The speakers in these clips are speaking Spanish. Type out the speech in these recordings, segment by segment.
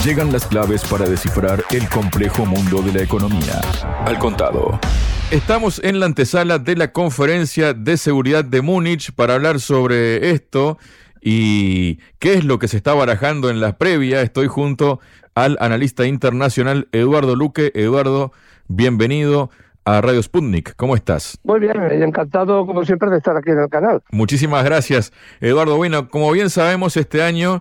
Llegan las claves para descifrar el complejo mundo de la economía. Al contado. Estamos en la antesala de la Conferencia de Seguridad de Múnich para hablar sobre esto y qué es lo que se está barajando en la previa. Estoy junto al analista internacional Eduardo Luque. Eduardo, bienvenido a Radio Sputnik. ¿Cómo estás? Muy bien, encantado como siempre de estar aquí en el canal. Muchísimas gracias, Eduardo. Bueno, como bien sabemos, este año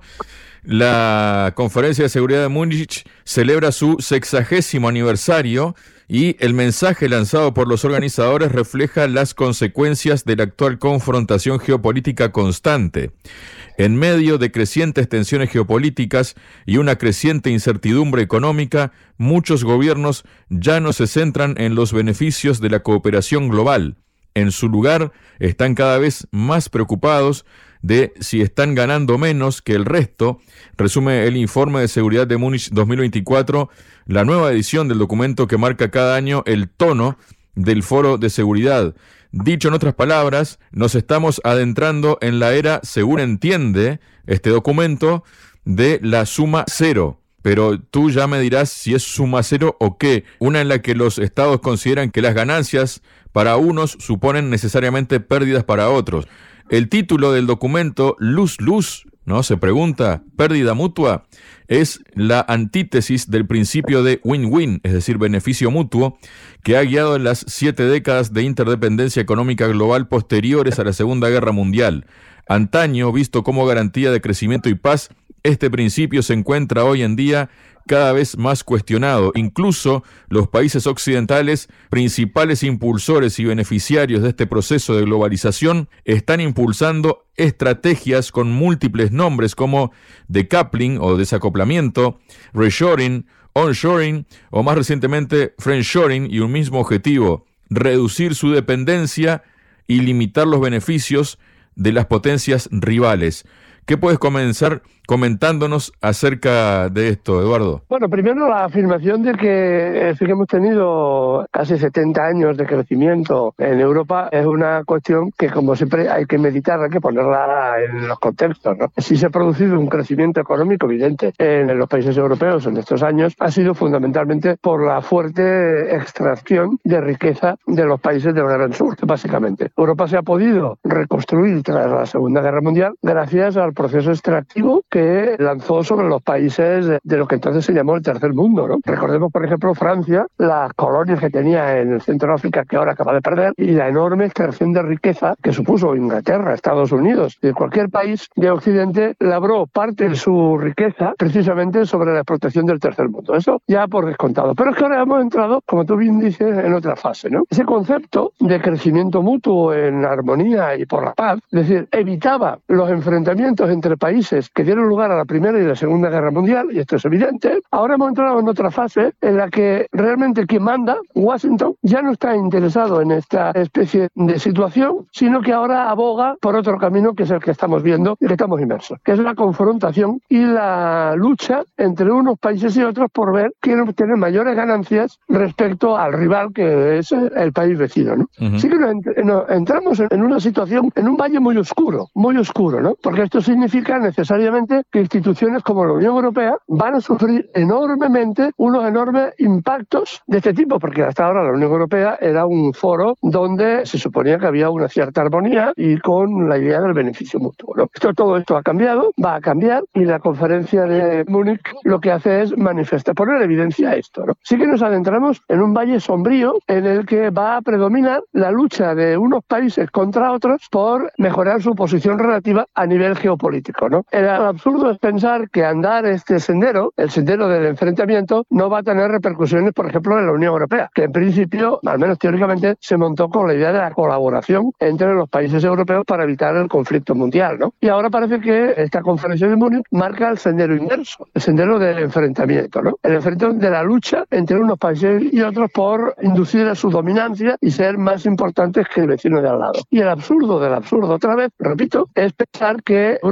la Conferencia de Seguridad de Múnich celebra su 60º aniversario y el mensaje lanzado por los organizadores refleja las consecuencias de la actual confrontación geopolítica constante. En medio de crecientes tensiones geopolíticas y una creciente incertidumbre económica, muchos gobiernos ya no se centran en los beneficios de la cooperación global. En su lugar, están cada vez más preocupados de si están ganando menos que el resto, resume el Informe de Seguridad de Múnich 2024, la nueva edición del documento que marca cada año el tono del Foro de Seguridad. Dicho en otras palabras, nos estamos adentrando en la era, según entiende este documento, de la suma cero. Pero tú ya me dirás si es suma cero o qué. Una en la que los estados consideran que las ganancias para unos suponen necesariamente pérdidas para otros. El título del documento, Luz-Luz, ¿no? Se pregunta, pérdida mutua, es la antítesis del principio de win-win, es decir, beneficio mutuo, que ha guiado en las 7 décadas de interdependencia económica global posteriores a la Segunda Guerra Mundial. Antaño, visto como garantía de crecimiento y paz, este principio se encuentra hoy en día cada vez más cuestionado. Incluso los países occidentales, principales impulsores y beneficiarios de este proceso de globalización, están impulsando estrategias con múltiples nombres como decoupling o desacoplamiento, reshoring, onshoring o más recientemente friendshoring, y un mismo objetivo: reducir su dependencia y limitar los beneficios de las potencias rivales. ¿Qué puedes comenzar comentándonos acerca de esto, Eduardo? Bueno, primero la afirmación de que hemos tenido casi 70 años de crecimiento en Europa es una cuestión que, como siempre, hay que meditar, hay que ponerla en los contextos, ¿no? Si se ha producido un crecimiento económico evidente en los países europeos en estos años, ha sido fundamentalmente por la fuerte extracción de riqueza de los países del Gran Sur, básicamente. Europa se ha podido reconstruir tras la Segunda Guerra Mundial gracias al proceso extractivo que lanzó sobre los países de lo que entonces se llamó el Tercer Mundo, ¿no? Recordemos, por ejemplo, Francia, las colonias que tenía en el centro de África que ahora acaba de perder, y la enorme extracción de riqueza que supuso Inglaterra, Estados Unidos, y cualquier país de Occidente labró parte de su riqueza precisamente sobre la explotación del Tercer Mundo. Eso ya por descontado. Pero es que ahora hemos entrado, como tú bien dices, en otra fase, ¿no? Ese concepto de crecimiento mutuo en armonía y por la paz, es decir, evitaba los enfrentamientos entre países que dieron lugar a la Primera y la Segunda Guerra Mundial, y esto es evidente. Ahora hemos entrado en otra fase en la que realmente quien manda, Washington, ya no está interesado en esta especie de situación, sino que ahora aboga por otro camino, que es el que estamos viendo y que estamos inmersos, que es la confrontación y la lucha entre unos países y otros por ver quién obtiene mayores ganancias respecto al rival, que es el país vecino, ¿no? Uh-huh. Así que nos entramos en una situación, en un valle muy oscuro, ¿no? Porque esto significa necesariamente que instituciones como la Unión Europea van a sufrir enormemente unos enormes impactos de este tipo, porque hasta ahora la Unión Europea era un foro donde se suponía que había una cierta armonía y con la idea del beneficio mutuo, ¿no? Todo esto ha cambiado, va a cambiar, y la Conferencia de Múnich lo que hace es manifestar, poner en evidencia esto, ¿no? Sí que nos adentramos en un valle sombrío en el que va a predominar la lucha de unos países contra otros por mejorar su posición relativa a nivel geopolítico, ¿no? El absurdo es pensar que andar este sendero, el sendero del enfrentamiento, no va a tener repercusiones, por ejemplo, en la Unión Europea, que en principio, al menos teóricamente, se montó con la idea de la colaboración entre los países europeos para evitar el conflicto mundial, ¿no? Y ahora parece que esta Conferencia de Múnich marca el sendero inverso, el sendero del enfrentamiento, ¿no? El enfrentamiento de la lucha entre unos países y otros por inducir a su dominancia y ser más importantes que el vecino de al lado. Y el absurdo del absurdo, otra vez, repito, es pensar que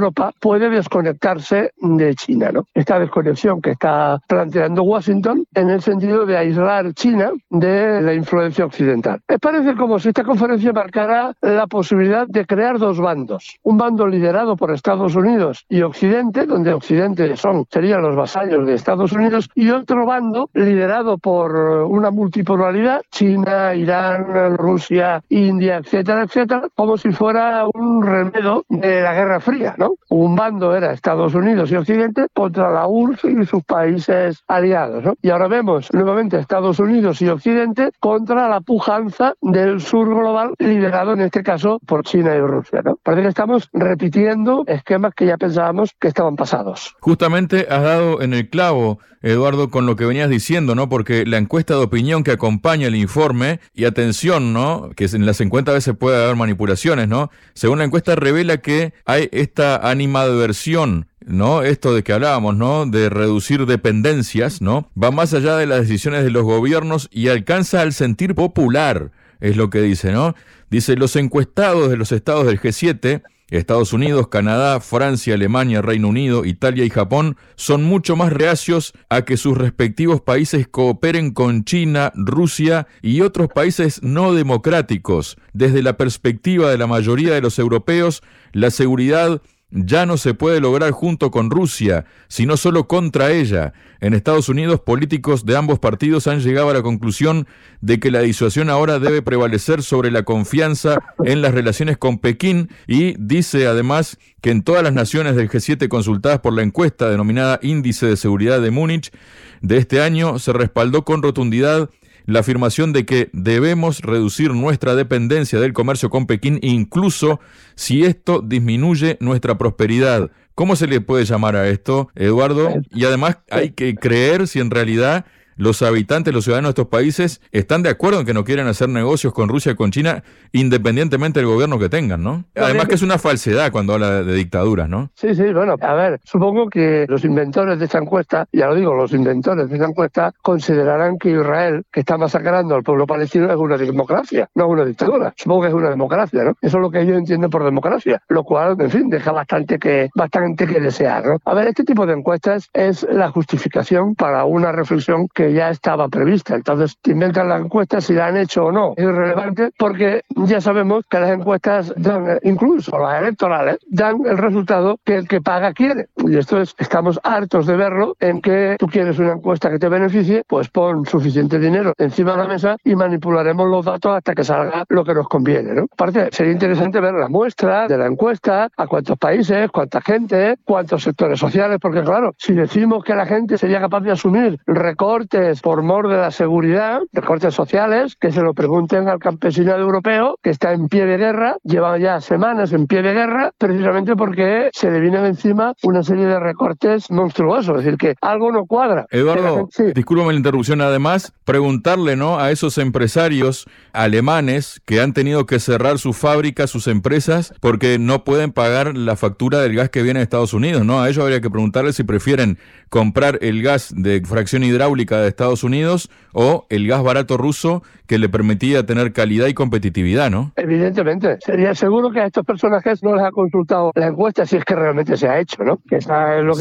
Europa puede desconectarse de China, ¿no? Esta desconexión que está planteando Washington en el sentido de aislar China de la influencia occidental. Me parece como si esta conferencia marcara la posibilidad de crear dos bandos. Un bando liderado por Estados Unidos y Occidente, donde Occidente serían los vasallos de Estados Unidos, y otro bando liderado por una multipolaridad, China, Irán, Rusia, India, etcétera, etcétera, como si fuera un remedio de la Guerra Fría, ¿no? Un bando era Estados Unidos y Occidente contra la URSS y sus países aliados, ¿no? Y ahora vemos nuevamente Estados Unidos y Occidente contra la pujanza del sur global, liderado en este caso por China y Rusia, ¿no? Parece que estamos repitiendo esquemas que ya pensábamos que estaban pasados. Justamente has dado en el clavo, Eduardo, con lo que venías diciendo, ¿no? Porque la encuesta de opinión que acompaña el informe, y atención, ¿no? Que en las encuestas a veces puede haber manipulaciones, ¿no? Según la encuesta revela que hay esta animadversión, ¿no? Esto de que hablábamos, ¿no? De reducir dependencias, ¿no? Va más allá de las decisiones de los gobiernos y alcanza al sentir popular, es lo que dice, ¿no? Dice, los encuestados de los estados del G7, Estados Unidos, Canadá, Francia, Alemania, Reino Unido, Italia y Japón, son mucho más reacios a que sus respectivos países cooperen con China, Rusia y otros países no democráticos. Desde la perspectiva de la mayoría de los europeos, la seguridad ya no se puede lograr junto con Rusia, sino solo contra ella. En Estados Unidos, políticos de ambos partidos han llegado a la conclusión de que la disuasión ahora debe prevalecer sobre la confianza en las relaciones con Pekín, y dice además que en todas las naciones del G7 consultadas por la encuesta denominada Índice de Seguridad de Múnich de este año se respaldó con rotundidad la afirmación de que debemos reducir nuestra dependencia del comercio con Pekín, incluso si esto disminuye nuestra prosperidad. ¿Cómo se le puede llamar a esto, Eduardo? Y además hay que creer si en realidad los habitantes, los ciudadanos de estos países están de acuerdo en que no quieren hacer negocios con Rusia, con China, independientemente del gobierno que tengan, ¿no? Además que es una falsedad cuando habla de dictaduras, ¿no? Sí, bueno, a ver, supongo que los inventores de esta encuesta, ya lo digo, los inventores de esta encuesta considerarán que Israel, que está masacrando al pueblo palestino, es una democracia, no una dictadura. Supongo que es una democracia, ¿no? Eso es lo que ellos entienden por democracia, lo cual, en fin, deja bastante que desear, ¿no? A ver, este tipo de encuestas es la justificación para una reflexión que ya estaba prevista. Entonces, te inventan la encuesta si la han hecho o no. Es irrelevante porque ya sabemos que las encuestas dan, incluso las electorales, dan el resultado que el que paga quiere. Y esto estamos hartos de verlo, en que tú quieres una encuesta que te beneficie, pues pon suficiente dinero encima de la mesa y manipularemos los datos hasta que salga lo que nos conviene, ¿no? Aparte, sería interesante ver la muestra de la encuesta, a cuántos países, cuánta gente, cuántos sectores sociales, porque claro, si decimos que la gente sería capaz de asumir recortes por mor de la seguridad, recortes sociales, que se lo pregunten al campesinado europeo, que está en pie de guerra, lleva ya semanas en pie de guerra, precisamente porque se le vienen encima una serie de recortes monstruosos, es decir, que algo no cuadra. Eduardo, discúlpame la interrupción, además, preguntarle, ¿no?, a esos empresarios alemanes que han tenido que cerrar sus fábricas, sus empresas, porque no pueden pagar la factura del gas que viene de Estados Unidos, ¿no? A ellos habría que preguntarles si prefieren comprar el gas de fracción hidráulica de Estados Unidos o el gas barato ruso que le permitía tener calidad y competitividad, ¿no? Evidentemente. Sería seguro que a estos personajes no les ha consultado la encuesta si es que realmente se ha hecho, ¿no? Que esa es lo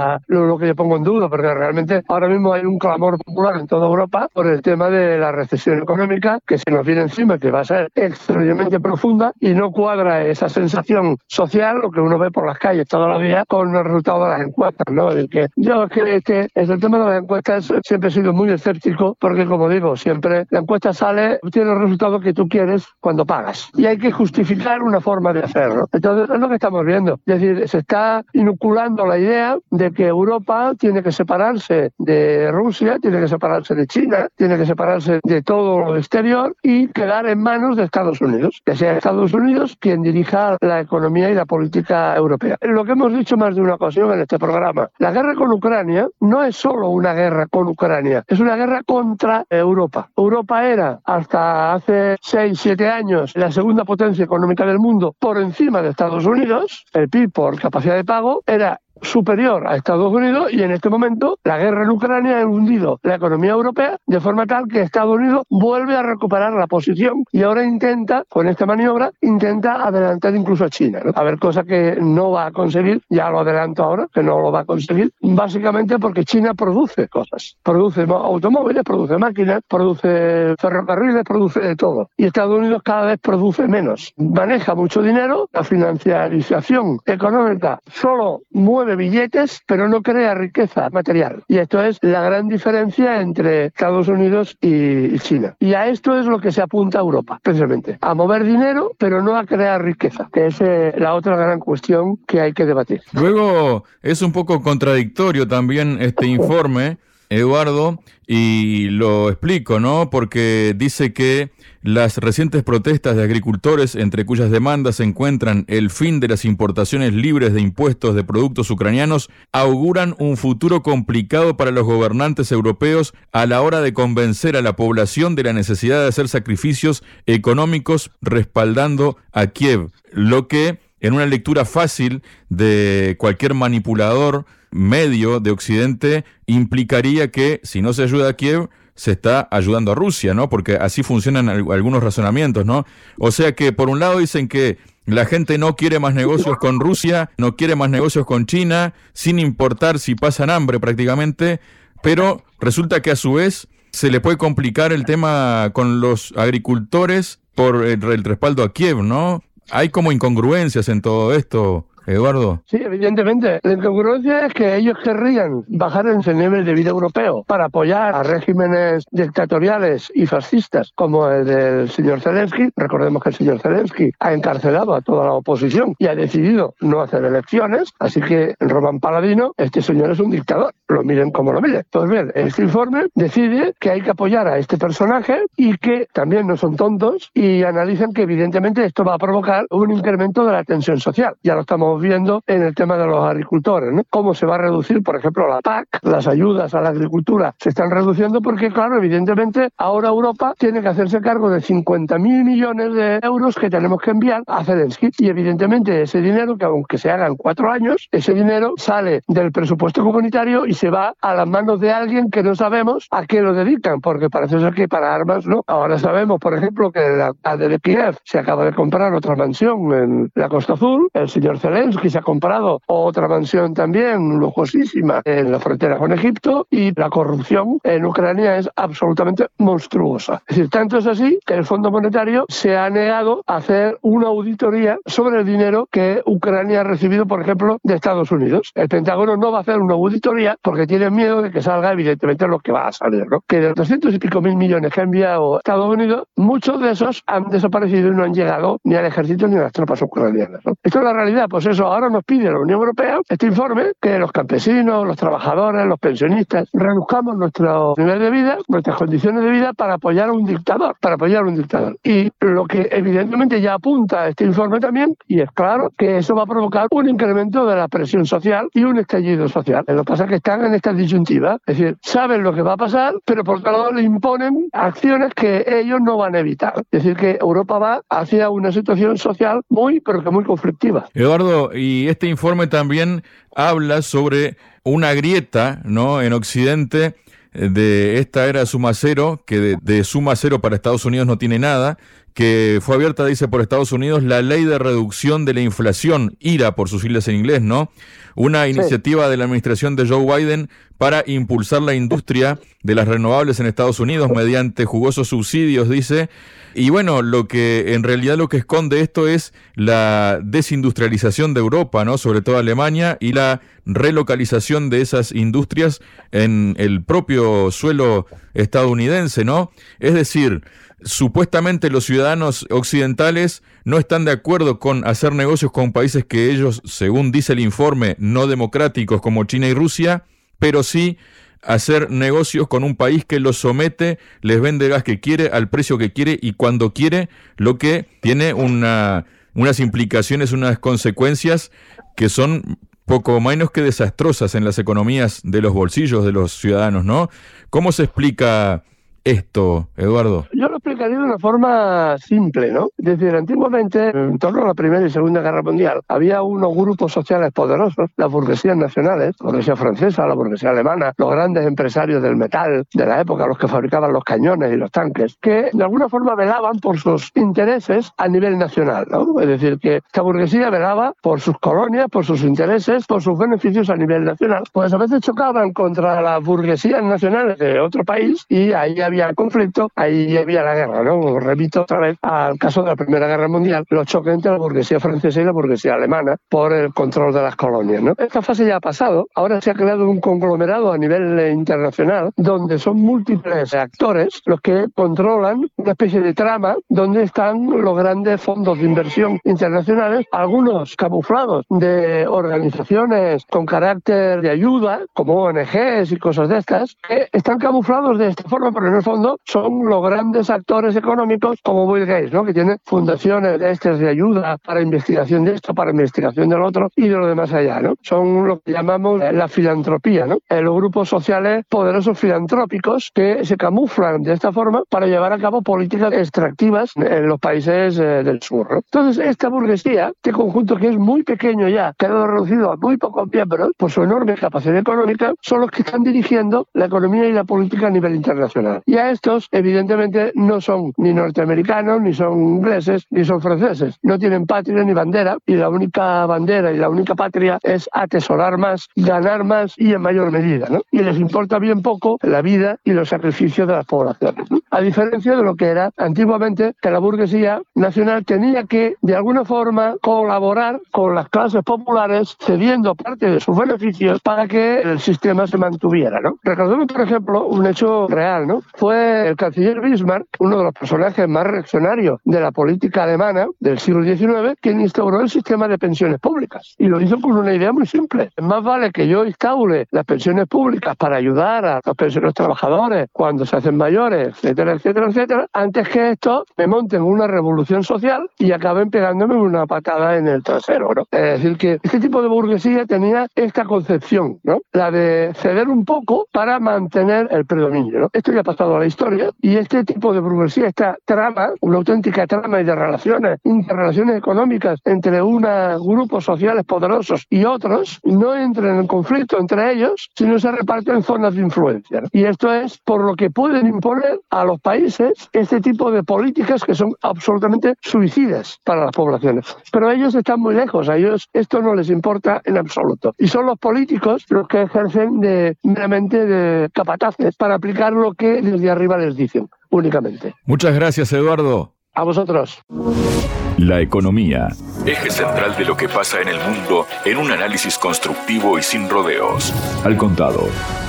que yo pongo en duda, porque realmente ahora mismo hay un clamor popular en toda Europa por el tema de la recesión económica que se nos viene encima, que va a ser extraordinariamente profunda, y no cuadra esa sensación social, lo que uno ve por las calles todos los días, con los resultados de las encuestas, ¿no? Es que yo creo que el tema de las encuestas siempre he sido muy escéptico, porque como digo, siempre la encuesta sale, tiene el resultado que tú quieres cuando pagas, y hay que justificar una forma de hacerlo. Entonces es lo que estamos viendo, es decir, se está inoculando la idea de que Europa tiene que separarse de Rusia, tiene que separarse de China, tiene que separarse de todo lo exterior y quedar en manos de Estados Unidos, que sea Estados Unidos quien dirija la economía y la política europea. Lo que hemos dicho más de una ocasión en este programa, la guerra con Ucrania no es solo una guerra con Ucrania, es una guerra contra Europa. Europa era, hasta hace 6-7 años, la segunda potencia económica del mundo por encima de Estados Unidos. El PIB por capacidad de pago era superior a Estados Unidos, y en este momento la guerra en Ucrania ha hundido la economía europea de forma tal que Estados Unidos vuelve a recuperar la posición y ahora con esta maniobra, intenta adelantar incluso a China, ¿no? A ver, cosa que no va a conseguir, ya lo adelanto ahora, que no lo va a conseguir, básicamente porque China produce cosas, produce automóviles, produce máquinas, produce ferrocarriles, produce de todo, y Estados Unidos cada vez produce menos, maneja mucho dinero, la financiarización económica solo mueve billetes, pero no crea riqueza material, y esto es la gran diferencia entre Estados Unidos y China, y a esto es lo que se apunta a Europa, precisamente, a mover dinero, pero no a crear riqueza, que es la otra gran cuestión que hay que debatir. Luego, es un poco contradictorio también este informe, Eduardo, y lo explico, ¿no? Porque dice que las recientes protestas de agricultores, entre cuyas demandas se encuentran el fin de las importaciones libres de impuestos de productos ucranianos, auguran un futuro complicado para los gobernantes europeos a la hora de convencer a la población de la necesidad de hacer sacrificios económicos respaldando a Kiev, lo que, en una lectura fácil de cualquier manipulador medio de Occidente, implicaría que si no se ayuda a Kiev, se está ayudando a Rusia, ¿no? Porque así funcionan algunos razonamientos, ¿no? O sea que por un lado dicen que la gente no quiere más negocios con Rusia, no quiere más negocios con China, sin importar si pasan hambre prácticamente, pero resulta que a su vez se le puede complicar el tema con los agricultores por el respaldo a Kiev, ¿no? Hay como incongruencias en todo esto, Eduardo. Sí, evidentemente. La incongruencia es que ellos querrían bajar el nivel de vida europeo para apoyar a regímenes dictatoriales y fascistas como el del señor Zelensky. Recordemos que el señor Zelensky ha encarcelado a toda la oposición y ha decidido no hacer elecciones, así que Roman Paladino, este señor es un dictador, lo miren como lo miren. Pues bien, este informe decide que hay que apoyar a este personaje y que también no son tontos y analizan que evidentemente esto va a provocar un incremento de la tensión social. Ya lo estamos viendo en el tema de los agricultores, ¿no? Cómo se va a reducir, por ejemplo, la PAC, las ayudas a la agricultura se están reduciendo porque, claro, evidentemente ahora Europa tiene que hacerse cargo de 50.000 millones de euros que tenemos que enviar a Zelensky y evidentemente ese dinero, que aunque se haga en 4 años, ese dinero sale del presupuesto comunitario y se va a las manos de alguien que no sabemos a qué lo dedican, porque parece ser que para armas no. Ahora sabemos, por ejemplo, que la de Kiev se acaba de comprar otra mansión en la Costa Azul, el señor Zelensky se ha comprado otra mansión también lujosísima en la frontera con Egipto y la corrupción en Ucrania es absolutamente monstruosa. Es decir, tanto es así que el Fondo Monetario se ha negado a hacer una auditoría sobre el dinero que Ucrania ha recibido, por ejemplo, de Estados Unidos. El Pentágono no va a hacer una auditoría porque tiene miedo de que salga evidentemente lo que va a salir, ¿no? Que de los 200 y pico mil millones que ha enviado Estados Unidos, muchos de esos han desaparecido y no han llegado ni al ejército ni a las tropas ucranianas, ¿no? Esto es la realidad, pues eso ahora nos pide la Unión Europea, este informe, que los campesinos, los trabajadores, los pensionistas, reduzcamos nuestro nivel de vida, nuestras condiciones de vida para apoyar a un dictador, Y lo que evidentemente ya apunta este informe también, y es claro que eso va a provocar un incremento de la presión social y un estallido social. Lo que pasa es que están en esta disyuntiva, es decir, saben lo que va a pasar, pero por otro lado le imponen acciones que ellos no van a evitar. Es decir, que Europa va hacia una situación social muy, pero que muy conflictiva. Eduardo, y este informe también habla sobre una grieta, ¿no?, en Occidente de esta era suma cero, que de suma cero para Estados Unidos no tiene nada, que fue abierta, dice, por Estados Unidos la Ley de Reducción de la Inflación, IRA por sus siglas en inglés, ¿no? Una iniciativa de la administración de Joe Biden para impulsar la industria de las renovables en Estados Unidos mediante jugosos subsidios, dice. Y bueno, lo que esconde esto es la desindustrialización de Europa, ¿no? Sobre todo Alemania, y la relocalización de esas industrias en el propio suelo estadounidense, ¿no? Es decir, supuestamente los ciudadanos occidentales no están de acuerdo con hacer negocios con países que ellos, según dice el informe, no democráticos como China y Rusia, pero sí hacer negocios con un país que los somete, les vende gas que quiere, al precio que quiere y cuando quiere, lo que tiene unas implicaciones, unas consecuencias que son poco menos que desastrosas en las economías de los bolsillos de los ciudadanos, ¿no? ¿Cómo se explica esto, Eduardo? Yo lo explicaría de una forma simple, ¿no? Es decir, antiguamente, en torno a la Primera y Segunda Guerra Mundial, había unos grupos sociales poderosos, las burguesías nacionales, la burguesía francesa, la burguesía alemana, los grandes empresarios del metal de la época, los que fabricaban los cañones y los tanques, que de alguna forma velaban por sus intereses a nivel nacional, ¿no? Es decir, que esta burguesía velaba por sus colonias, por sus intereses, por sus beneficios a nivel nacional. Pues a veces chocaban contra las burguesías nacionales de otro país y ahí había conflicto, ahí había la guerra, ¿no? Remito otra vez al caso de la Primera Guerra Mundial, los choques entre la burguesía francesa y la burguesía alemana por el control de las colonias, ¿no? Esta fase ya ha pasado, ahora se ha creado un conglomerado a nivel internacional donde son múltiples actores los que controlan una especie de trama donde están los grandes fondos de inversión internacionales, algunos camuflados de organizaciones con carácter de ayuda, como ONGs y cosas de estas, que están camuflados de esta forma, pero en el fondo son los grandes actores económicos como Bill Gates, ¿no? Que tiene fundaciones de ayuda para investigación de esto, para investigación del otro y de lo demás allá, ¿no? Son lo que llamamos la filantropía, ¿no? Los grupos sociales poderosos filantrópicos que se camuflan de esta forma para llevar a cabo políticas extractivas en los países del sur, ¿no? Entonces, esta burguesía, este conjunto que es muy pequeño ya, quedado reducido a muy pocos miembros por su enorme capacidad económica, son los que están dirigiendo la economía y la política a nivel internacional. Y a estos, evidentemente, no son ni norteamericanos, ni son ingleses, ni son franceses. No tienen patria ni bandera, y la única bandera y la única patria es atesorar más, ganar más y en mayor medida, ¿no? Y les importa bien poco la vida y los sacrificios de las poblaciones, ¿no? A diferencia de lo que era antiguamente, que la burguesía nacional tenía que, de alguna forma, colaborar con las clases populares, cediendo parte de sus beneficios para que el sistema se mantuviera, ¿no? Recordemos, por ejemplo, un hecho real, ¿no? Fue el canciller Bismarck, uno de los personajes más reaccionarios de la política alemana del siglo XIX, quien instauró el sistema de pensiones públicas. Y lo hizo con una idea muy simple. Más vale que yo instaure las pensiones públicas para ayudar a los trabajadores cuando se hacen mayores, etcétera, etcétera, etcétera, antes que esto me monten una revolución social y acaben pegándome una patada en el trasero, ¿no? Es decir, que este tipo de burguesía tenía esta concepción, ¿no? La de ceder un poco para mantener el predominio, ¿no? Esto ya ha pasado a la historia y este tipo de burguesía, esta trama, una auténtica trama y de relaciones, interrelaciones económicas entre unos grupos sociales poderosos y otros, no entran en conflicto entre ellos, sino se reparten zonas de influencia, ¿no? Y esto es por lo que pueden imponer a los países este tipo de políticas que son absolutamente suicidas para las poblaciones. Pero ellos están muy lejos, a ellos esto no les importa en absoluto. Y son los políticos los que ejercen meramente de capataces para aplicar lo que desde arriba les dicen, únicamente. Muchas gracias, Eduardo. A vosotros. La economía. Eje central de lo que pasa en el mundo en un análisis constructivo y sin rodeos. Al contado.